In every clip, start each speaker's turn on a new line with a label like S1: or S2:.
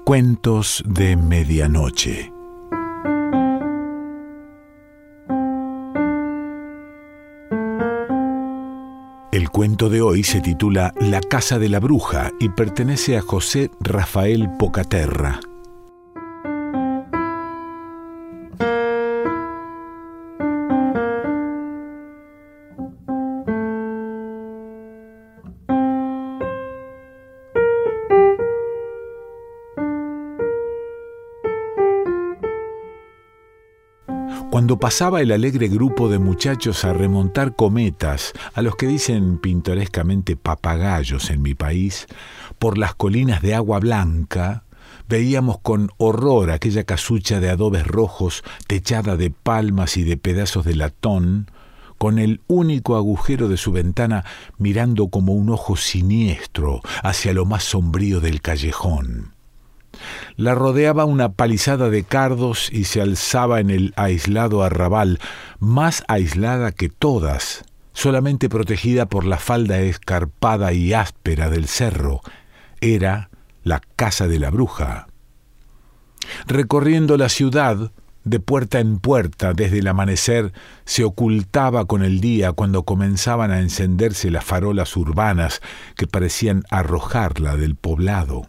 S1: Cuentos de medianoche. El cuento de hoy se titula La casa de la bruja y pertenece a José Rafael Pocaterra. Cuando pasaba el alegre grupo de muchachos a remontar cometas, a los que dicen pintorescamente papagayos en mi país, por las colinas de agua blanca, veíamos con horror aquella casucha de adobes rojos techada de palmas y de pedazos de latón, con el único agujero de su ventana mirando como un ojo siniestro hacia lo más sombrío del callejón. La rodeaba una palizada de cardos y se alzaba en el aislado arrabal, más aislada que todas, solamente protegida por la falda escarpada y áspera del cerro. Era la casa de la bruja. Recorriendo la ciudad, de puerta en puerta, desde el amanecer, se ocultaba con el día cuando comenzaban a encenderse las farolas urbanas que parecían arrojarla del poblado.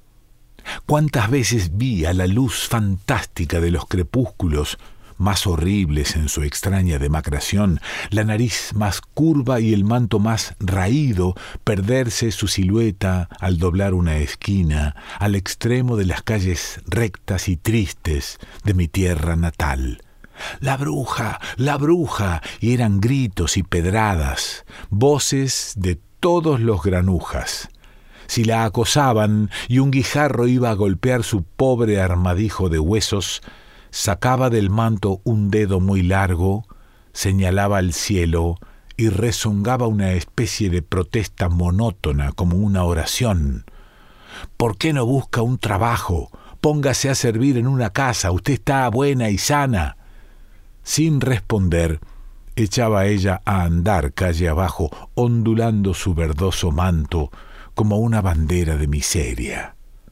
S1: ¿Cuántas veces vi a la luz fantástica de los crepúsculos, más horribles en su extraña demacración, la nariz más curva y el manto más raído, perderse su silueta al doblar una esquina, al extremo de las calles rectas y tristes de mi tierra natal? ¡La bruja! ¡La bruja! Y eran gritos y pedradas, voces de todos los granujas. Si la acosaban y un guijarro iba a golpear su pobre armadijo de huesos, sacaba del manto un dedo muy largo, señalaba al cielo y rezongaba una especie de protesta monótona como una oración. ¿Por qué no busca un trabajo? Póngase a servir en una casa, usted está buena y sana. Sin responder, echaba ella a andar calle abajo, ondulando su verdoso manto, como una bandera de miseria.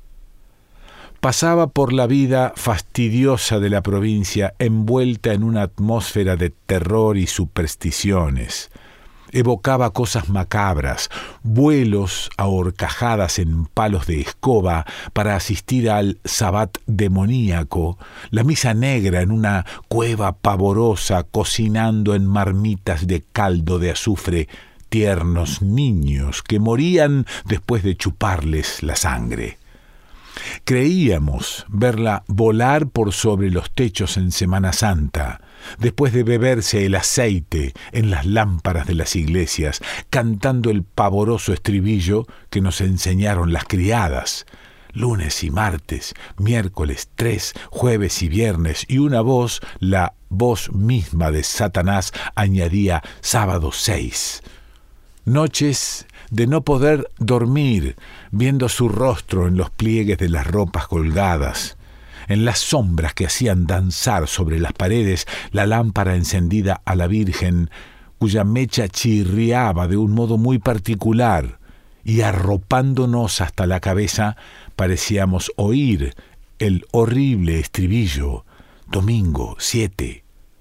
S1: Pasaba por la vida fastidiosa de la provincia, envuelta en una atmósfera de terror y supersticiones. Evocaba cosas macabras, vuelos a horcajadas en palos de escoba para asistir al sabbat demoníaco, la misa negra en una cueva pavorosa cocinando en marmitas de caldo de azufre tiernos niños que morían después de chuparles la sangre. Creíamos verla volar por sobre los techos en Semana Santa, después de beberse el aceite en las lámparas de las iglesias, cantando el pavoroso estribillo que nos enseñaron las criadas. Lunes y martes, miércoles 3, jueves y viernes, y una voz, la voz misma de Satanás, añadía sábado 6. Noches de no poder dormir, viendo su rostro en los pliegues de las ropas colgadas, en las sombras que hacían danzar sobre las paredes la lámpara encendida a la Virgen, cuya mecha chirriaba de un modo muy particular, y arropándonos hasta la cabeza parecíamos oír el horrible estribillo, domingo 7.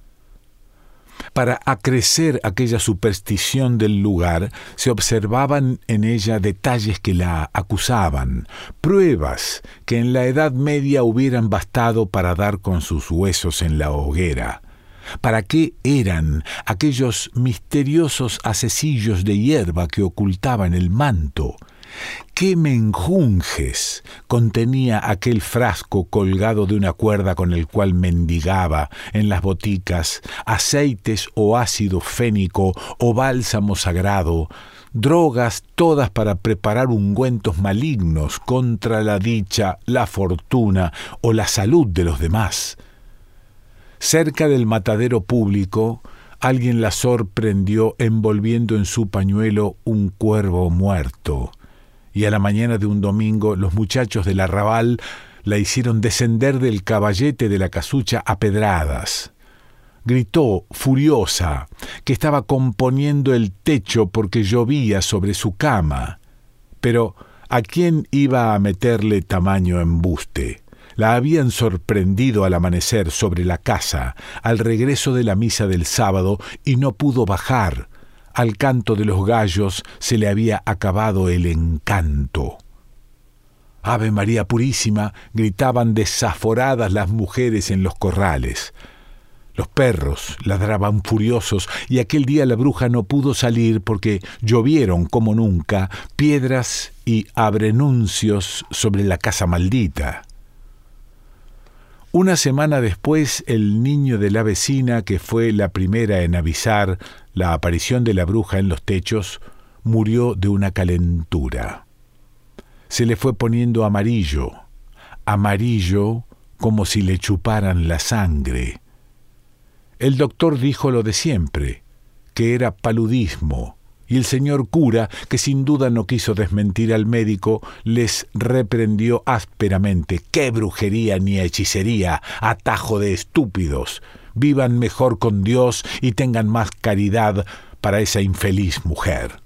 S1: Para acrecer aquella superstición del lugar, se observaban en ella detalles que la acusaban, pruebas que en la Edad Media hubieran bastado para dar con sus huesos en la hoguera. ¿Para qué eran aquellos misteriosos hacecillos de hierba que ocultaban el manto? ¿Qué menjunjes contenía aquel frasco colgado de una cuerda con el cual mendigaba en las boticas aceites o ácido fénico o bálsamo sagrado, drogas todas para preparar ungüentos malignos contra la dicha, la fortuna o la salud de los demás? Cerca del matadero público, alguien la sorprendió envolviendo en su pañuelo un cuervo muerto. Y a la mañana de un domingo los muchachos del arrabal la hicieron descender del caballete de la casucha a pedradas. Gritó, furiosa, que estaba componiendo el techo porque llovía sobre su cama. Pero ¿A quién iba a meterle tamaño embuste? La habían sorprendido al amanecer sobre la casa, al regreso de la misa del sábado, y no pudo bajar. Al canto de los gallos se le había acabado el encanto. «Ave María Purísima», gritaban desaforadas las mujeres en los corrales. Los perros ladraban furiosos y aquel día la bruja no pudo salir porque llovieron como nunca piedras y abrenuncios sobre la casa maldita. Una semana después, el niño de la vecina, que fue la primera en avisar la aparición de la bruja en los techos, murió de una calentura. Se le fue poniendo amarillo como si le chuparan la sangre. El doctor dijo lo de siempre, que era paludismo, y el señor cura, que sin duda no quiso desmentir al médico, les reprendió ásperamente: «¡Qué brujería ni hechicería! ¡Atajo de estúpidos! Vivan mejor con Dios y tengan más caridad para esa infeliz mujer».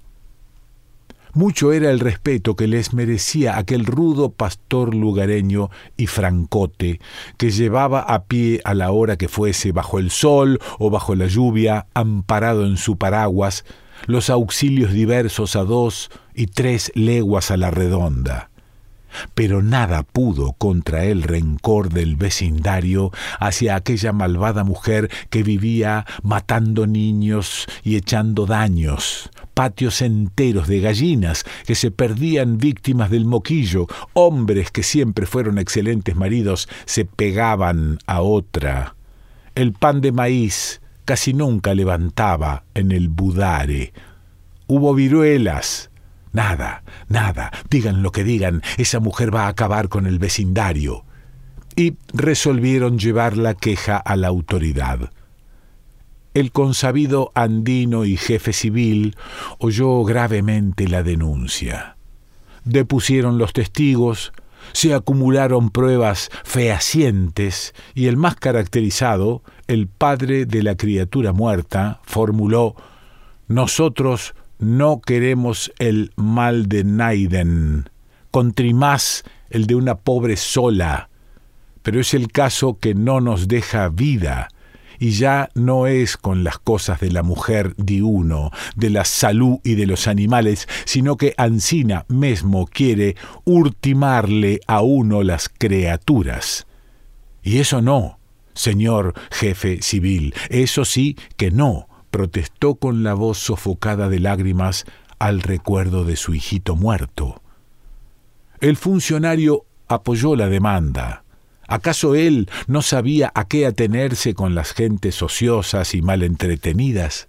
S1: Mucho era el respeto que les merecía aquel rudo pastor lugareño y francote, que llevaba a pie a la hora que fuese, bajo el sol o bajo la lluvia, amparado en su paraguas, los auxilios diversos a 2 y 3 leguas a la redonda. Pero nada pudo contra el rencor del vecindario hacia aquella malvada mujer que vivía matando niños y echando daños, patios enteros de gallinas que se perdían víctimas del moquillo, hombres que siempre fueron excelentes maridos se pegaban a otra. El pan de maíz casi nunca levantaba en el budare. Hubo viruelas. Nada, digan lo que digan, esa mujer va a acabar con el vecindario. Y resolvieron llevar la queja a la autoridad. El consabido andino y jefe civil oyó gravemente la denuncia. Depusieron los testigos, se acumularon pruebas fehacientes y el más caracterizado, el padre de la criatura muerta, formuló: «Nosotros no queremos el mal de Naiden, contrimás el de una pobre sola, pero es el caso que no nos deja vida, y ya no es con las cosas de la mujer di uno, de la salud y de los animales, sino que ansina mesmo quiere ultimarle a uno las criaturas. Y eso no, señor jefe civil, eso sí que no», protestó con la voz sofocada de lágrimas al recuerdo de su hijito muerto. El funcionario apoyó la demanda. ¿Acaso él no sabía a qué atenerse con las gentes ociosas y mal entretenidas?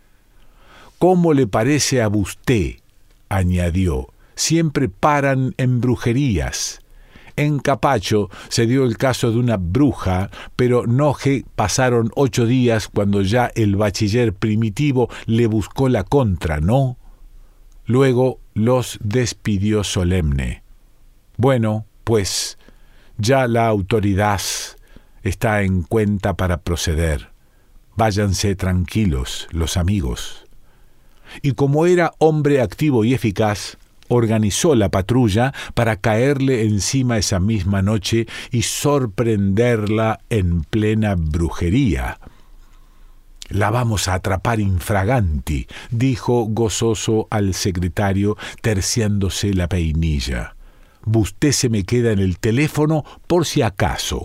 S1: «¿Cómo le parece a usted?», añadió, «siempre paran en brujerías. En Capacho se dio el caso de una bruja, pero no que pasaron 8 días cuando ya el bachiller primitivo le buscó la contra, ¿no?». Luego los despidió solemne. «Bueno, pues ya la autoridad está en cuenta para proceder. Váyanse tranquilos, los amigos». Y como era hombre activo y eficaz, organizó la patrulla para caerle encima esa misma noche y sorprenderla en plena brujería. «La vamos a atrapar infraganti», dijo gozoso al secretario, terciándose la peinilla. «Usted se me queda en el teléfono por si acaso».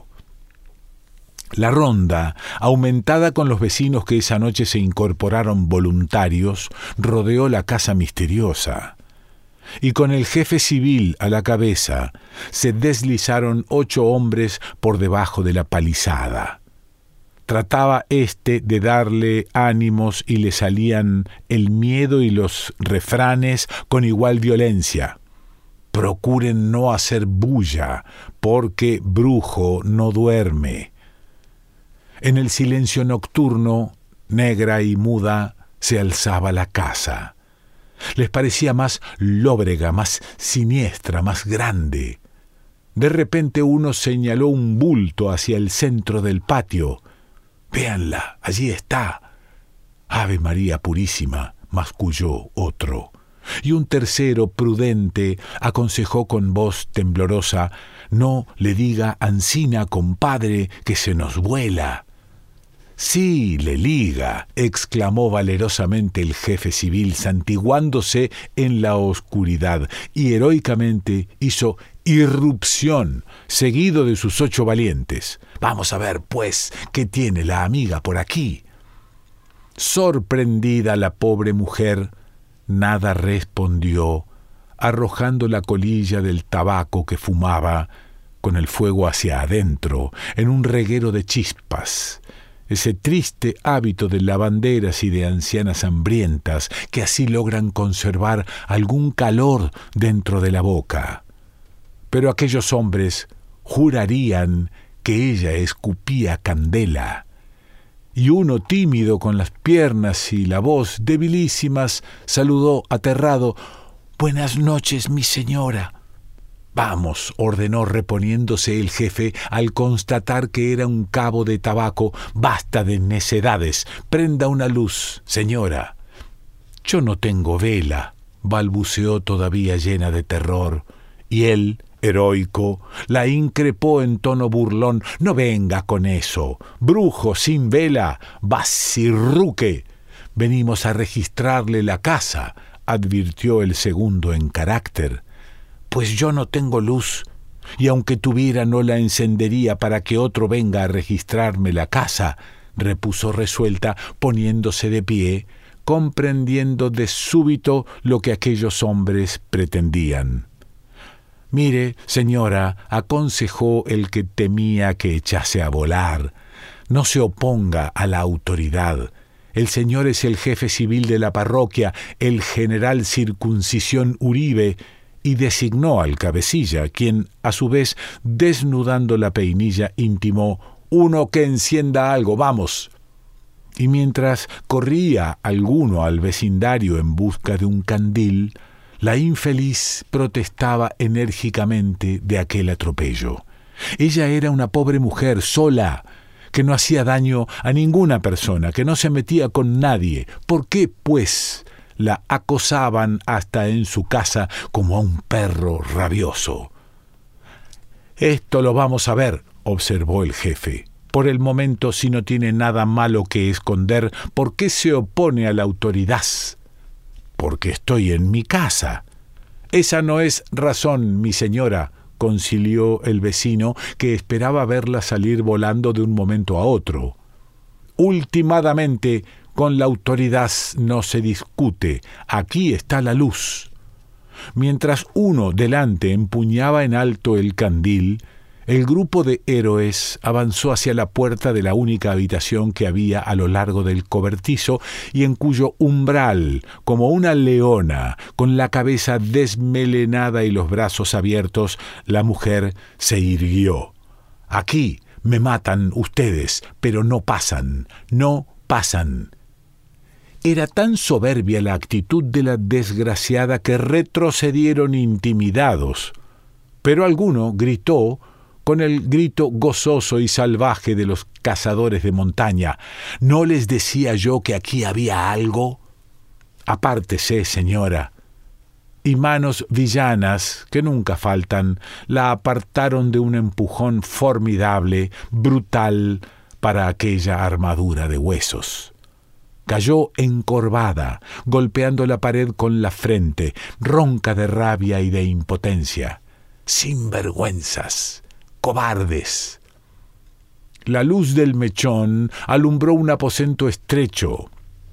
S1: La ronda, aumentada con los vecinos que esa noche se incorporaron voluntarios, rodeó la casa misteriosa. Y con el jefe civil a la cabeza, se deslizaron 8 hombres por debajo de la palizada. Trataba de darle ánimos y le salían el miedo y los refranes con igual violencia. «Procuren no hacer bulla, porque brujo no duerme». En el silencio nocturno, negra y muda, se alzaba la casa. Les parecía más lóbrega, más siniestra, más grande. De repente uno señaló un bulto hacia el centro del patio. «Véanla, allí está». «Ave María Purísima», masculló otro. Y un tercero, prudente, aconsejó con voz temblorosa: «No le diga ansina, compadre, que se nos vuela». «Sí, le liga», exclamó valerosamente el jefe civil, santiguándose en la oscuridad, y heroicamente hizo irrupción, seguido de sus 8 valientes. «Vamos a ver, pues, qué tiene la amiga por aquí». Sorprendida la pobre mujer, nada respondió, arrojando la colilla del tabaco que fumaba, con el fuego hacia adentro, en un reguero de chispas. Ese triste hábito de lavanderas y de ancianas hambrientas que así logran conservar algún calor dentro de la boca. Pero aquellos hombres jurarían que ella escupía candela, y uno tímido con las piernas y la voz debilísimas saludó aterrado: «Buenas noches, mi señora». «Vamos», ordenó reponiéndose el jefe al constatar que era un cabo de tabaco. «Basta de necedades. Prenda una luz, señora». «Yo no tengo vela», balbuceó todavía llena de terror, y él, heroico, la increpó en tono burlón: «No venga con eso. Brujo sin vela, basirruque. Venimos a registrarle la casa», advirtió el segundo en carácter. «Pues yo no tengo luz, y aunque tuviera no la encendería para que otro venga a registrarme la casa», repuso resuelta, poniéndose de pie, comprendiendo de súbito lo que aquellos hombres pretendían. «Mire, señora», aconsejó el que temía que echase a volar, «no se oponga a la autoridad. El señor es el jefe civil de la parroquia, el general Circuncisión Uribe», y designó al cabecilla, quien, a su vez, desnudando la peinilla, intimó: «Uno que encienda algo, vamos». Y mientras corría alguno al vecindario en busca de un candil, la infeliz protestaba enérgicamente de aquel atropello. Ella era una pobre mujer sola, que no hacía daño a ninguna persona, que no se metía con nadie. ¿Por qué, pues, la acosaban hasta en su casa como a un perro rabioso? «Esto lo vamos a ver», observó el jefe. «Por el momento, si no tiene nada malo que esconder, ¿por qué se opone a la autoridad?» «Porque estoy en mi casa». «Esa no es razón, mi señora», concilió el vecino, que esperaba verla salir volando de un momento a otro. «Ultimadamente, con la autoridad no se discute. Aquí está la luz». Mientras uno delante empuñaba en alto el candil, el grupo de héroes avanzó hacia la puerta de la única habitación que había a lo largo del cobertizo, y en cuyo umbral, como una leona, con la cabeza desmelenada y los brazos abiertos, la mujer se irguió. «Aquí me matan ustedes, pero no pasan, no pasan». Era tan soberbia la actitud de la desgraciada que retrocedieron intimidados, pero alguno gritó con el grito gozoso y salvaje de los cazadores de montaña: «¿No les decía yo que aquí había algo? Apártese, señora». Y manos villanas, que nunca faltan, la apartaron de un empujón formidable, brutal, para aquella armadura de huesos. Cayó encorvada, golpeando la pared con la frente, ronca de rabia y de impotencia. «Sinvergüenzas, cobardes». La luz del mechón alumbró un aposento estrecho.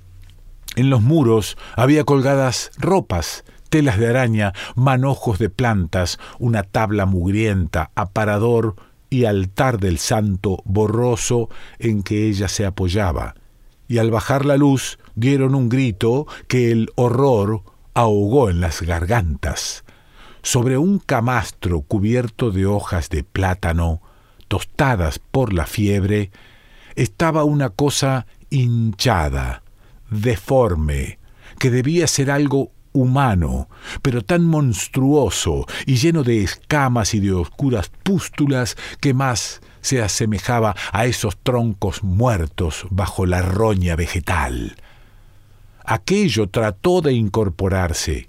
S1: En los muros había colgadas ropas, telas de araña, manojos de plantas, una tabla mugrienta, aparador y altar del santo borroso en que ella se apoyaba. Y al bajar la luz dieron un grito que el horror ahogó en las gargantas. Sobre un camastro cubierto de hojas de plátano, tostadas por la fiebre, estaba una cosa hinchada, deforme, que debía ser algo humano, pero tan monstruoso y lleno de escamas y de oscuras pústulas que más se asemejaba a esos troncos muertos bajo la roña vegetal. Aquello trató de incorporarse,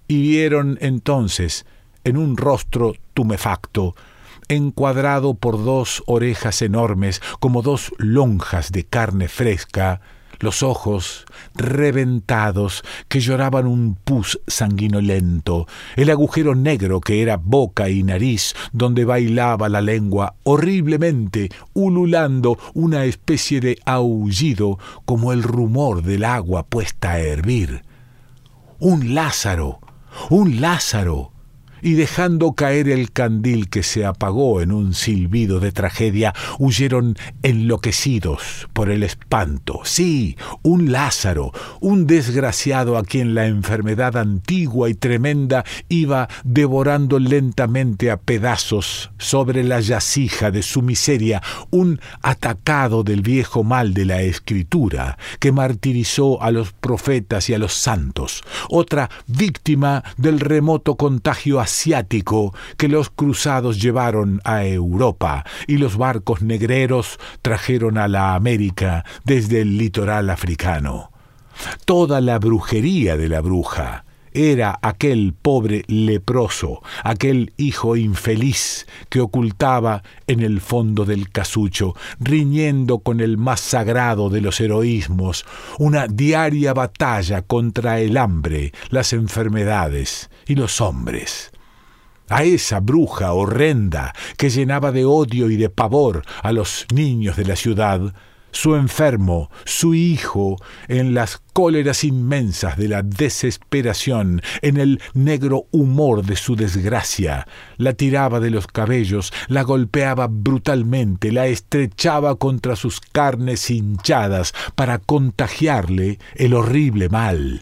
S1: y vieron entonces en un rostro tumefacto, encuadrado por 2 orejas enormes como 2 lonjas de carne fresca, los ojos reventados que lloraban un pus sanguinolento, el agujero negro que era boca y nariz, donde bailaba la lengua horriblemente, ululando una especie de aullido como el rumor del agua puesta a hervir. ¡Un Lázaro! ¡Un Lázaro! Y dejando caer el candil que se apagó en un silbido de tragedia, huyeron enloquecidos por el espanto. Sí, un Lázaro, un desgraciado a quien la enfermedad antigua y tremenda iba devorando lentamente a pedazos sobre la yacija de su miseria, un atacado del viejo mal de la Escritura que martirizó a los profetas y a los santos, otra víctima del remoto contagio asiático que los cruzados llevaron a Europa y los barcos negreros trajeron a la América desde el litoral africano. Toda la brujería de la bruja era aquel pobre leproso, aquel hijo infeliz que ocultaba en el fondo del casucho, riñendo con el más sagrado de los heroísmos, una diaria batalla contra el hambre, las enfermedades y los hombres. A esa bruja horrenda que llenaba de odio y de pavor a los niños de la ciudad, su enfermo, su hijo, en las cóleras inmensas de la desesperación, en el negro humor de su desgracia, la tiraba de los cabellos, la golpeaba brutalmente, la estrechaba contra sus carnes hinchadas para contagiarle el horrible mal.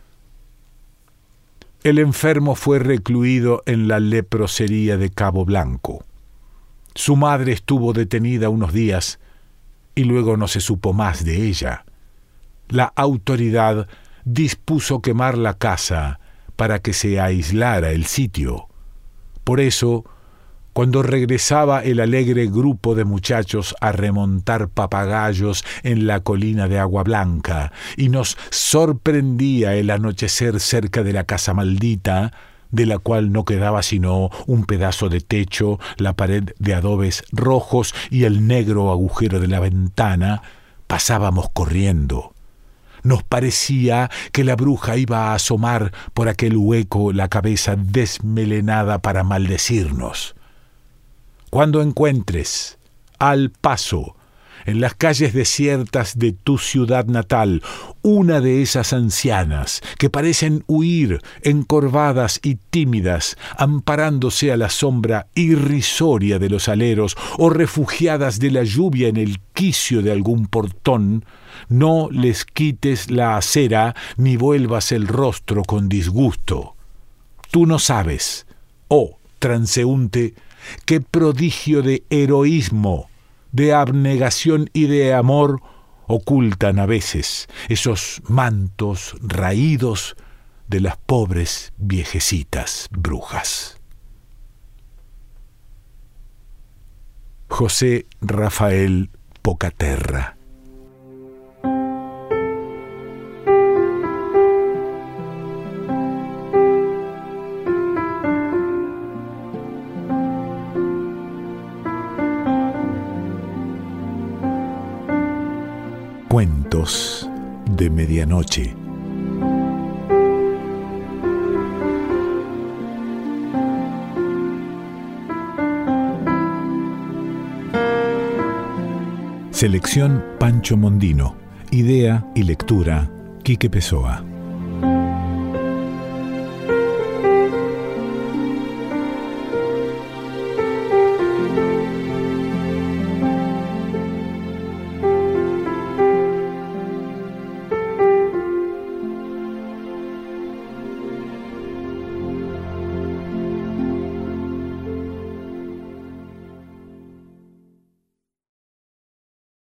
S1: El enfermo fue recluido en la leprosería de Cabo Blanco. Su madre estuvo detenida unos días y luego no se supo más de ella. La autoridad dispuso quemar la casa para que se aislara el sitio. Por eso, cuando regresaba el alegre grupo de muchachos a remontar papagayos en la colina de Agua Blanca y nos sorprendía el anochecer cerca de la casa maldita, de la cual no quedaba sino un pedazo de techo, la pared de adobes rojos y el negro agujero de la ventana, pasábamos corriendo. Nos parecía que la bruja iba a asomar por aquel hueco la cabeza desmelenada para maldecirnos. Cuando encuentres, al paso, en las calles desiertas de tu ciudad natal, una de esas ancianas que parecen huir encorvadas y tímidas, amparándose a la sombra irrisoria de los aleros o refugiadas de la lluvia en el quicio de algún portón, no les quites la acera ni vuelvas el rostro con disgusto. Tú no sabes, oh transeúnte, qué prodigio de heroísmo, de abnegación y de amor ocultan a veces esos mantos raídos de las pobres viejecitas brujas. José Rafael Pocaterra. Cuentos de medianoche. Selección Pancho Mondino. Idea y lectura Quique Pessoa.